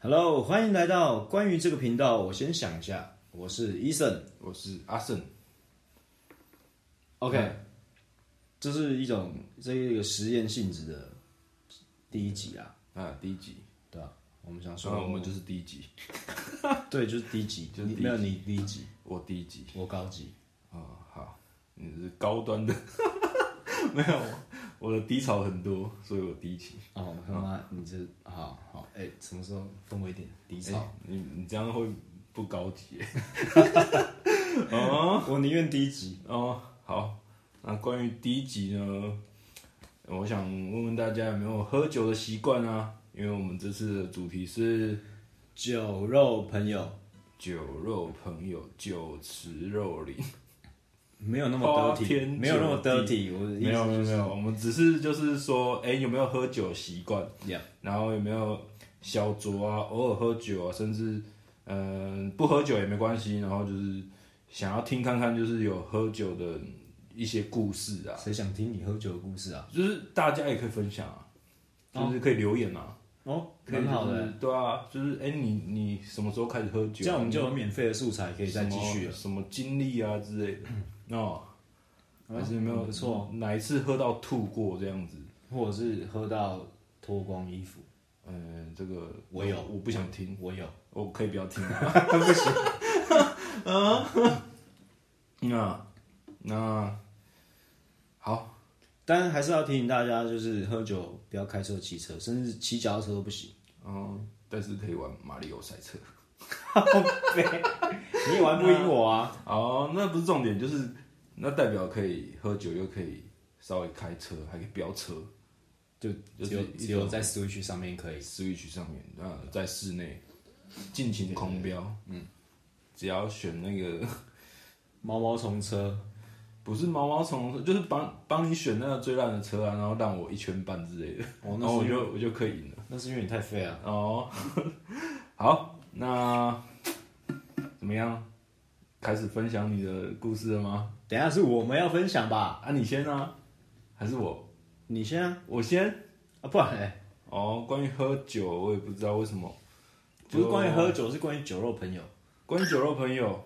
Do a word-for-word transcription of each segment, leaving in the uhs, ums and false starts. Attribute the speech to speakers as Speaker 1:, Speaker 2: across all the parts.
Speaker 1: Hello，欢迎来到关于这个频道。我先想一下，我是 Eason，
Speaker 2: 我是阿胜。
Speaker 1: OK，、嗯、这是一种这一个实验性质的第一集啊。
Speaker 2: 啊，第一集，
Speaker 1: 对啊，我们想说，
Speaker 2: 啊、我们就是第一集。
Speaker 1: 对，就是第一集，
Speaker 2: 就是第一集
Speaker 1: 没有你第一集，
Speaker 2: 我第一集，
Speaker 1: 我高级。
Speaker 2: 哦，好，你是高端的，没有，我的低潮很多，所以我第一集。
Speaker 1: 哦，他妈，你这好好，哎、欸，什么时候分我一点低潮？欸、
Speaker 2: 你你这样会不高级。哦，
Speaker 1: 我宁愿第一集。
Speaker 2: 哦，好，那关于第一集呢，我想问问大家有没有喝酒的习惯啊？因为我们这次的主题是
Speaker 1: 酒肉朋友，
Speaker 2: 酒肉朋友，酒池肉林。
Speaker 1: 没有那么得体，没有那么得体。我的意思、就是、
Speaker 2: 没有没有没有，我们只是就是说，哎、欸，有没有喝酒习惯？
Speaker 1: Yeah.
Speaker 2: 然后有没有小酌啊，偶尔喝酒啊，甚至嗯、呃、不喝酒也没关系。然后就是想要听看看，就是有喝酒的一些故事啊。
Speaker 1: 谁想听你喝酒的故事啊？
Speaker 2: 就是大家也可以分享啊，就是可以留言啊。
Speaker 1: 哦，
Speaker 2: 可以、就是、
Speaker 1: 很好的。
Speaker 2: 对啊，就是哎、欸，你你什么时候开始喝酒、啊？
Speaker 1: 这样我们就有免费的素材可以再继续了。
Speaker 2: 什么经历啊之类的。嗯哦，还是有没有
Speaker 1: 不错？
Speaker 2: 哪一次喝到吐过这样子，
Speaker 1: 或者是喝到脱光衣服？
Speaker 2: 嗯、呃，这个
Speaker 1: 我有，
Speaker 2: 我不想听。
Speaker 1: 我有，
Speaker 2: 我可以不要听吗？
Speaker 1: 不行。
Speaker 2: 啊，那那好，
Speaker 1: 但还是要提醒大家，就是喝酒不要开车、骑车，甚至骑脚踏车都不行。
Speaker 2: 嗯，但是可以玩马里奥赛车。
Speaker 1: 你也玩不赢我啊！
Speaker 2: 哦，那不是重点，就是那代表可以喝酒，又可以稍微开车，还可以飙车，
Speaker 1: 就只有只有在 Switch 上面可以
Speaker 2: ，Switch 上面啊，在室内尽情狂飙。嗯，只要选那个
Speaker 1: 毛毛虫车，
Speaker 2: 不是毛毛虫车，就是帮帮你选那个最烂的车啊，然后让我一圈半之类的，哦、然后我就我就可以赢了。
Speaker 1: 那是因为你太废啊！
Speaker 2: 哦，好，那怎么样？开始分享你的故事了吗？
Speaker 1: 等一下是我们要分享吧？
Speaker 2: 啊，你先啊，还是我？
Speaker 1: 你先啊，
Speaker 2: 我先
Speaker 1: 啊，不然欸
Speaker 2: 哦，关于喝酒，我也不知道为什么，
Speaker 1: 不是关于喝酒，是关于酒肉朋友。
Speaker 2: 关于酒肉朋友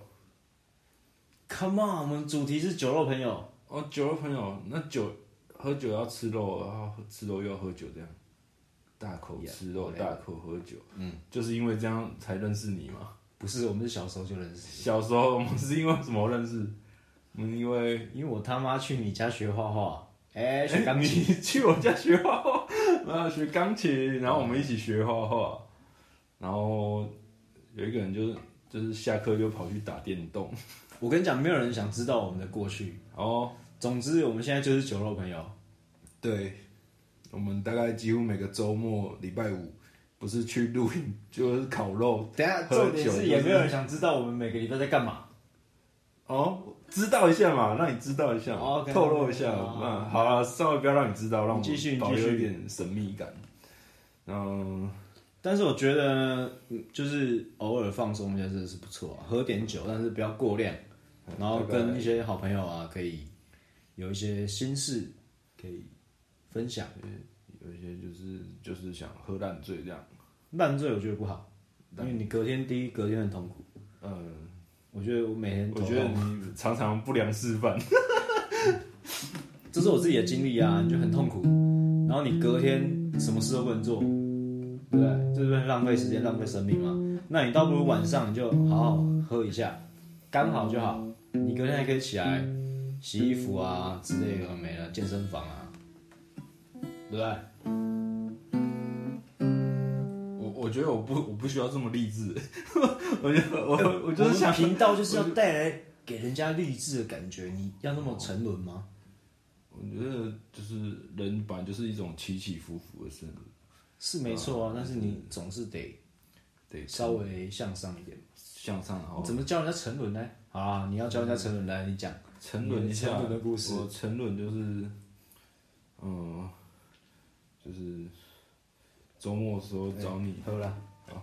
Speaker 1: ，Come on， 我们主题是酒肉朋友。
Speaker 2: 哦，酒肉朋友，那酒喝酒要吃肉，然后吃肉又要喝酒，这样大口吃肉， yeah, 大口喝酒，嗯，就是因为这样才认识你嘛。
Speaker 1: 不是，我们是小时候就认识。
Speaker 2: 小时候我们是因为什么认识？我们因为
Speaker 1: 因为我他妈去你家学画画，哎、欸，学钢琴。
Speaker 2: 你去我家学画画，然后学钢琴，然后我们一起学画画。然后有一个人就是就是下课就跑去打电动。
Speaker 1: 我跟你讲，没有人想知道我们的过去。
Speaker 2: 哦，
Speaker 1: 总之我们现在就是酒肉朋友。
Speaker 2: 对，我们大概几乎每个周末、礼拜五。不是去露营，就是烤肉。
Speaker 1: 等一下，重点是也没有人想知道我们每个礼拜在干嘛。
Speaker 2: 哦，知道一下嘛，让你知道一下，
Speaker 1: 哦 okay,
Speaker 2: 透露一下。
Speaker 1: 哦、
Speaker 2: 嗯，好了，稍微不要让你知道，让我
Speaker 1: 们
Speaker 2: 保留一点神秘感。嗯，
Speaker 1: 但是我觉得，就是偶尔放松一下真的是不错啊，喝点酒，但是不要过量，然后跟一些好朋友啊，可以有一些心事可以分享。
Speaker 2: 有一些就是就是想喝烂醉这样，
Speaker 1: 烂醉我觉得不好，因为你隔天第一隔天很痛苦。
Speaker 2: 嗯，
Speaker 1: 我觉得我每天，
Speaker 2: 我觉得你常常不良示范，
Speaker 1: 这是我自己的经历啊，你就很痛苦，然后你隔天什么事都不能做，对不对？这是浪费时间、浪费生命嘛。那你倒不如晚上你就好好喝一下，刚好就好。你隔天还可以起来洗衣服啊之类的，没了，健身房啊，对不对？
Speaker 2: 我觉得我不我不需要这么励志，我觉得我我就是想
Speaker 1: 频道就是要带来给人家励志的感觉，你要那么沉沦吗？
Speaker 2: 我觉得就是人本来就是一种起起伏伏的生物，
Speaker 1: 是没错啊，但是你总是得得稍微向上一点，
Speaker 2: 向上好。
Speaker 1: 怎么教人家沉沦呢？好啊，你要教人家沉沦，来你讲
Speaker 2: 沉沦一下
Speaker 1: 沉沦的故事。
Speaker 2: 我沉沦就是，嗯，就是。周末的时候找你、
Speaker 1: 欸、喝了，
Speaker 2: 好。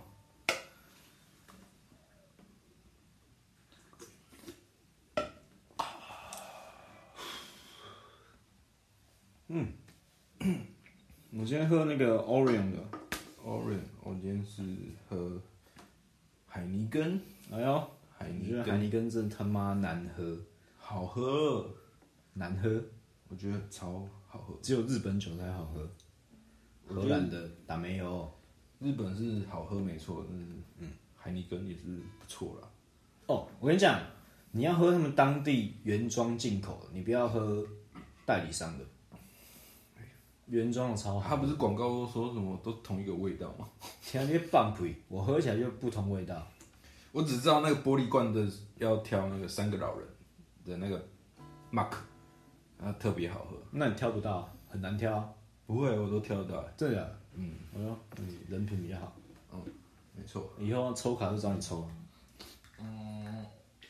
Speaker 1: 嗯，我今天喝那个 Orion 的
Speaker 2: Orion，我今天是喝海尼根，
Speaker 1: 哎呦，
Speaker 2: 海尼
Speaker 1: 我觉得海
Speaker 2: 根
Speaker 1: 尼根真他妈难喝，
Speaker 2: 好喝，
Speaker 1: 难喝，
Speaker 2: 我觉得超好喝。
Speaker 1: 只有日本酒才好喝，荷兰的打没有。
Speaker 2: 日本是好喝没错，但是嗯，海尼根也是不错啦。
Speaker 1: 哦，我跟你讲，你要喝他们当地原装进口的，你不要喝代理商的。原装的超好，
Speaker 2: 它不是广告都说什么都同一个味道吗？
Speaker 1: 天啊，那些棒皮，我喝起来就不同味道。
Speaker 2: 我只知道那个玻璃罐的要挑那个三个老人的那个 Mark， 它特别好喝。
Speaker 1: 那你挑不到，很难挑啊。
Speaker 2: 不会，我都挑得到。
Speaker 1: 真的假的？嗯，哎呦，你人品比较好。
Speaker 2: 嗯，没错。
Speaker 1: 以后抽卡就找你抽。
Speaker 2: 嗯。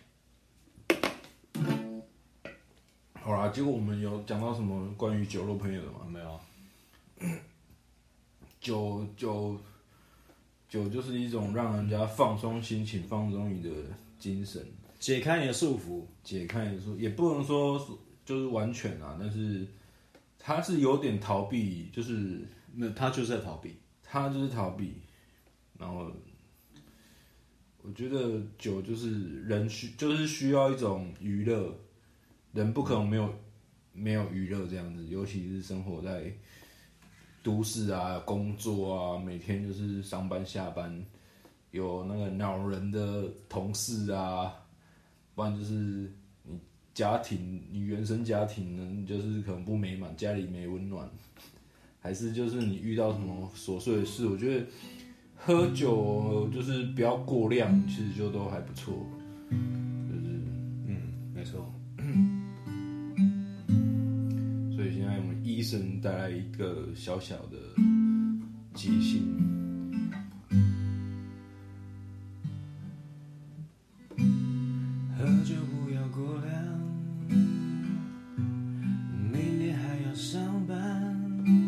Speaker 2: 好啦，结果我们有讲到什么关于酒肉朋友的吗？
Speaker 1: 没有。
Speaker 2: 酒酒酒就是一种让人家放松心情、放松你的精神，
Speaker 1: 解开你的束缚，
Speaker 2: 解开你的束缚，也不能说就是完全啊，但是它是有点逃避，就是
Speaker 1: 那他就是在逃避，
Speaker 2: 他就是逃避。然后我觉得酒就是人需，就是需要一种娱乐。人不可能没有没有娱乐这样子，尤其是生活在都市啊、工作啊，每天就是上班下班，有那个恼人的同事啊，不然就是你家庭、你原生家庭呢，就是可能不美满，家里没温暖，还是就是你遇到什么琐碎的事，我觉得喝酒就是不要过量，其实就都还不错，就是
Speaker 1: 嗯，没错。
Speaker 2: 医生带来一个小小的即兴，
Speaker 1: 喝酒不要过量，明天还要上班。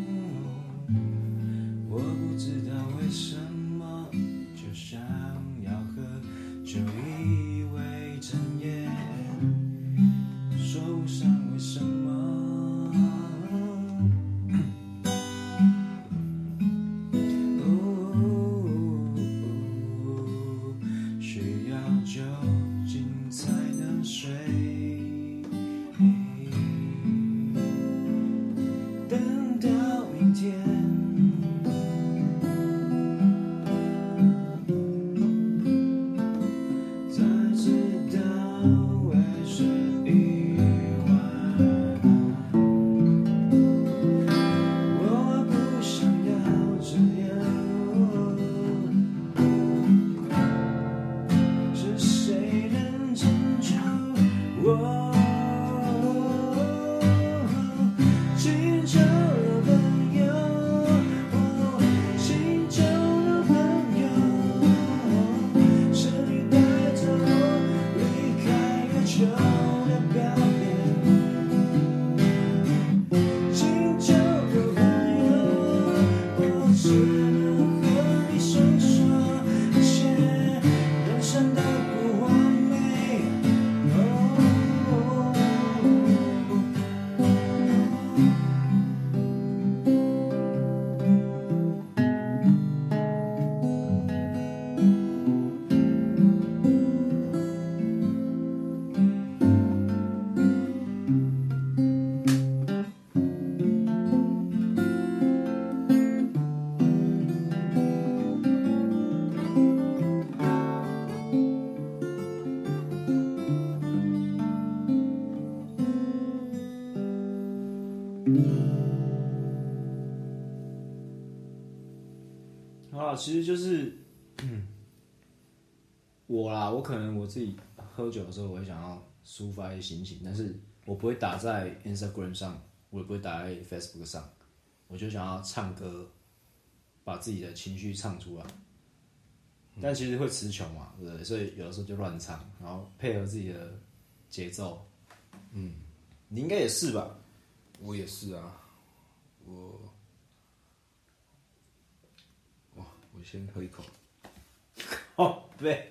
Speaker 1: 我不知道为什么就想要喝酒，以为真言，说不上为什么。啊，其实就是，嗯，我啦，我可能我自己喝酒的时候，我会想要抒发一些心情，但是我不会打在 Instagram 上，我也不会打在 Facebook 上，我就想要唱歌，把自己的情绪唱出来。但其实会词穷嘛，对不对？所以有的时候就乱唱，然后配合自己的节奏。嗯，你应该也是吧？
Speaker 2: 我也是啊，我，哇，我先喝一口。
Speaker 1: 哦，对，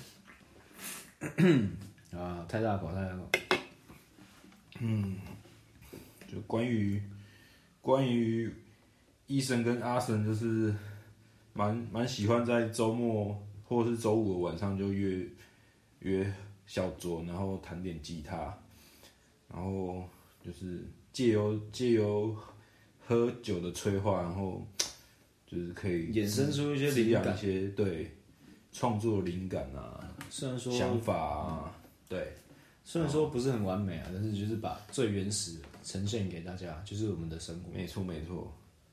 Speaker 1: 啊，太大口，太大口。
Speaker 2: 嗯，就关于关于医生跟阿神，就是蛮蛮喜欢在周末或是周五的晚上就约约小酌，然后弹点吉他，然后就是借由借由喝酒的催化，然后就是可以
Speaker 1: 衍生出一些灵感，
Speaker 2: 一些对创作灵感啊，
Speaker 1: 虽然说
Speaker 2: 想法啊，对，
Speaker 1: 虽然说不是很完美啊，但是就是把最原始的呈现给大家，就是我们的生活。
Speaker 2: 没错没错。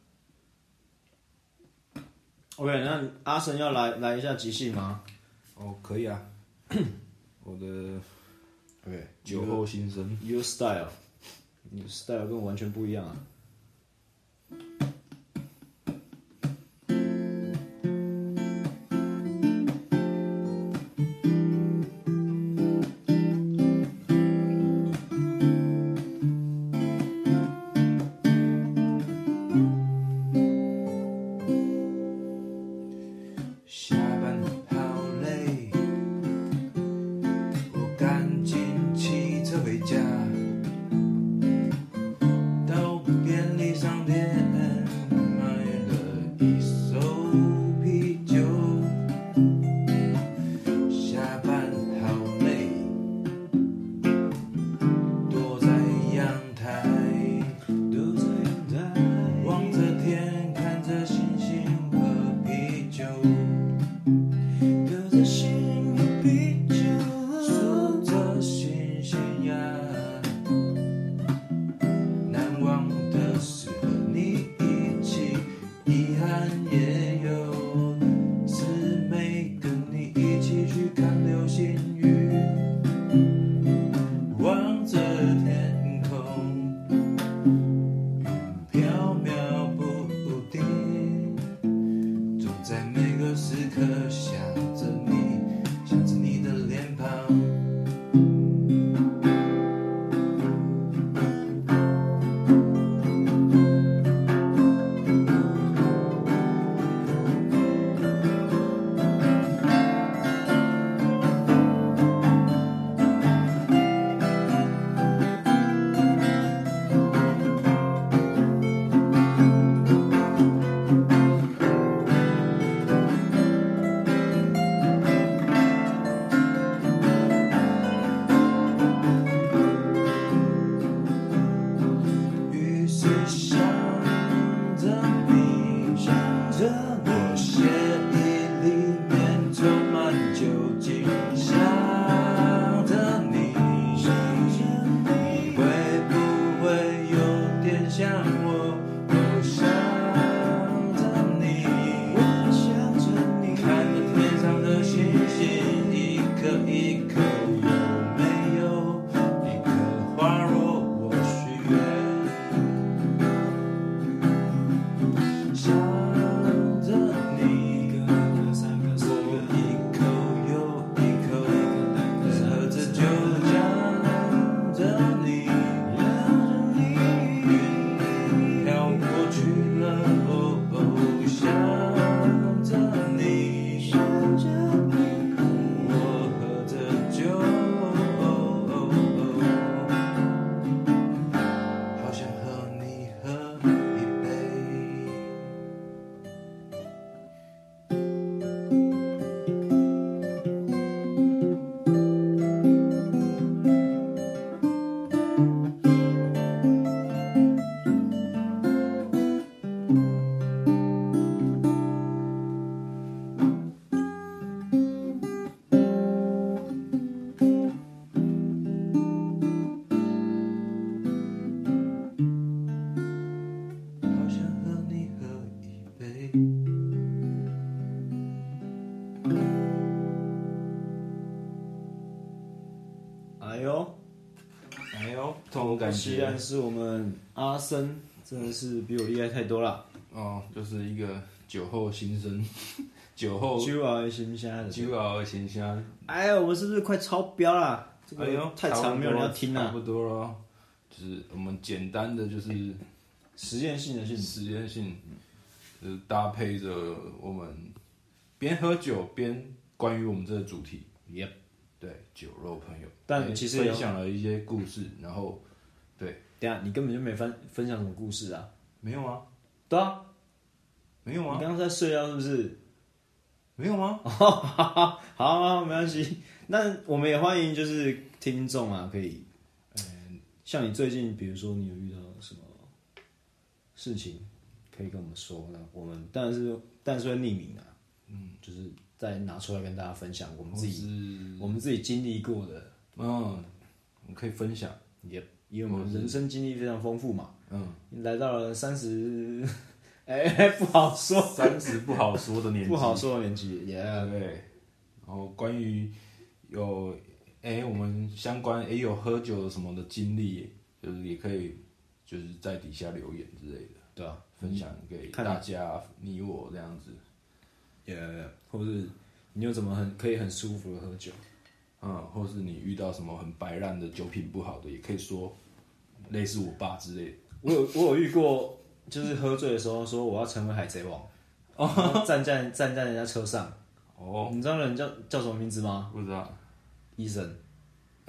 Speaker 1: OK， 那阿生要来来一下即兴吗？
Speaker 2: 哦，可以啊。我的
Speaker 1: OK
Speaker 2: 酒后心声
Speaker 1: ，Your style， 你的 style 跟我完全不一样啊。哎呦，
Speaker 2: 哎呦，这种感
Speaker 1: 既
Speaker 2: 觉
Speaker 1: 然是我们阿生，真的是比我厉害太多了。
Speaker 2: 哦，就是一个酒后心声，酒后
Speaker 1: 酒后心声的
Speaker 2: 酒后心声。
Speaker 1: 哎呦，我们是不是快超标了？这
Speaker 2: 哎呦
Speaker 1: 个，太长，没有人要听啊。
Speaker 2: 差不多咯，就是我们简单的就是
Speaker 1: 实验性的性质，
Speaker 2: 实验性，就是搭配着我们边喝酒边关于我们这个主题。
Speaker 1: Yep，
Speaker 2: 对，酒肉朋友，
Speaker 1: 但其实有
Speaker 2: 分享了一些故事，然后对，
Speaker 1: 等一下你根本就没分分享什么故事啊？
Speaker 2: 没有啊，
Speaker 1: 对啊，
Speaker 2: 没有吗？
Speaker 1: 你刚刚在睡觉是不是？
Speaker 2: 没有吗？
Speaker 1: 好好好，没关系。那我们也欢迎就是听众啊，可以，嗯，像你最近，比如说你有遇到什么事情，可以跟我们说，那我们当然是但是会匿名啊，嗯，就是再拿出来跟大家分享我们自己我们自己经历过的，
Speaker 2: 嗯，我们可以分享，
Speaker 1: 也因为我们人生经历非常丰富嘛，
Speaker 2: 嗯，
Speaker 1: 来到了三十，哎，不好说，
Speaker 2: 三十不好说的年纪，
Speaker 1: 不好说的年纪，也、yeah.
Speaker 2: 对。然后关于有哎、欸，我们相关哎、欸、有喝酒什么的经历，就是也可以就是在底下留言之类的，
Speaker 1: 对啊，
Speaker 2: 分享给大家，你我这样子，
Speaker 1: 也、yeah, 或是你有怎么很可以很舒服的喝酒，
Speaker 2: 嗯，或是你遇到什么很白烂的酒品不好的，也可以说类似我爸之类的。
Speaker 1: 我有我有遇过，就是喝醉的时候说我要成为海贼王，哦，站在站在人家车上。哦，你知道人叫叫什么名字吗？
Speaker 2: 不知道，
Speaker 1: 医生。
Speaker 2: 不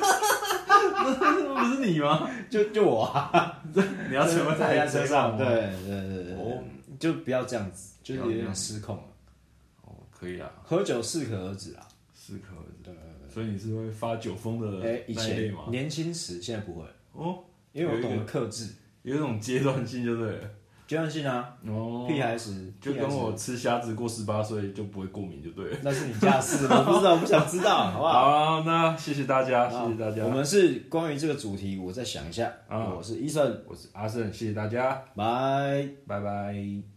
Speaker 2: 是你吗？
Speaker 1: 就就我啊！
Speaker 2: 你要成为在人家车上，
Speaker 1: 对对对对，哦，就不要这样子，就是有点失控了。
Speaker 2: 哦，可以啊，
Speaker 1: 喝酒适可而止啊，
Speaker 2: 适可而止。对对对，所以你是会发酒疯的
Speaker 1: 哎，以前
Speaker 2: 吗？
Speaker 1: 年轻时，现在不会
Speaker 2: 哦，
Speaker 1: 因为我懂得克制，
Speaker 2: 有一种阶段性，就对了。
Speaker 1: 阶段性啊，哦，屁孩时
Speaker 2: 就跟我吃虾子过十八岁就不会过敏就对了。
Speaker 1: 那是你家事，我不知道，我不想知道，好不好？
Speaker 2: 好，那谢谢大家，谢谢大家。
Speaker 1: 我们是关于这个主题，我再想一下。啊，我是伊森，
Speaker 2: 我是阿胜，谢谢大家，
Speaker 1: 拜
Speaker 2: 拜拜。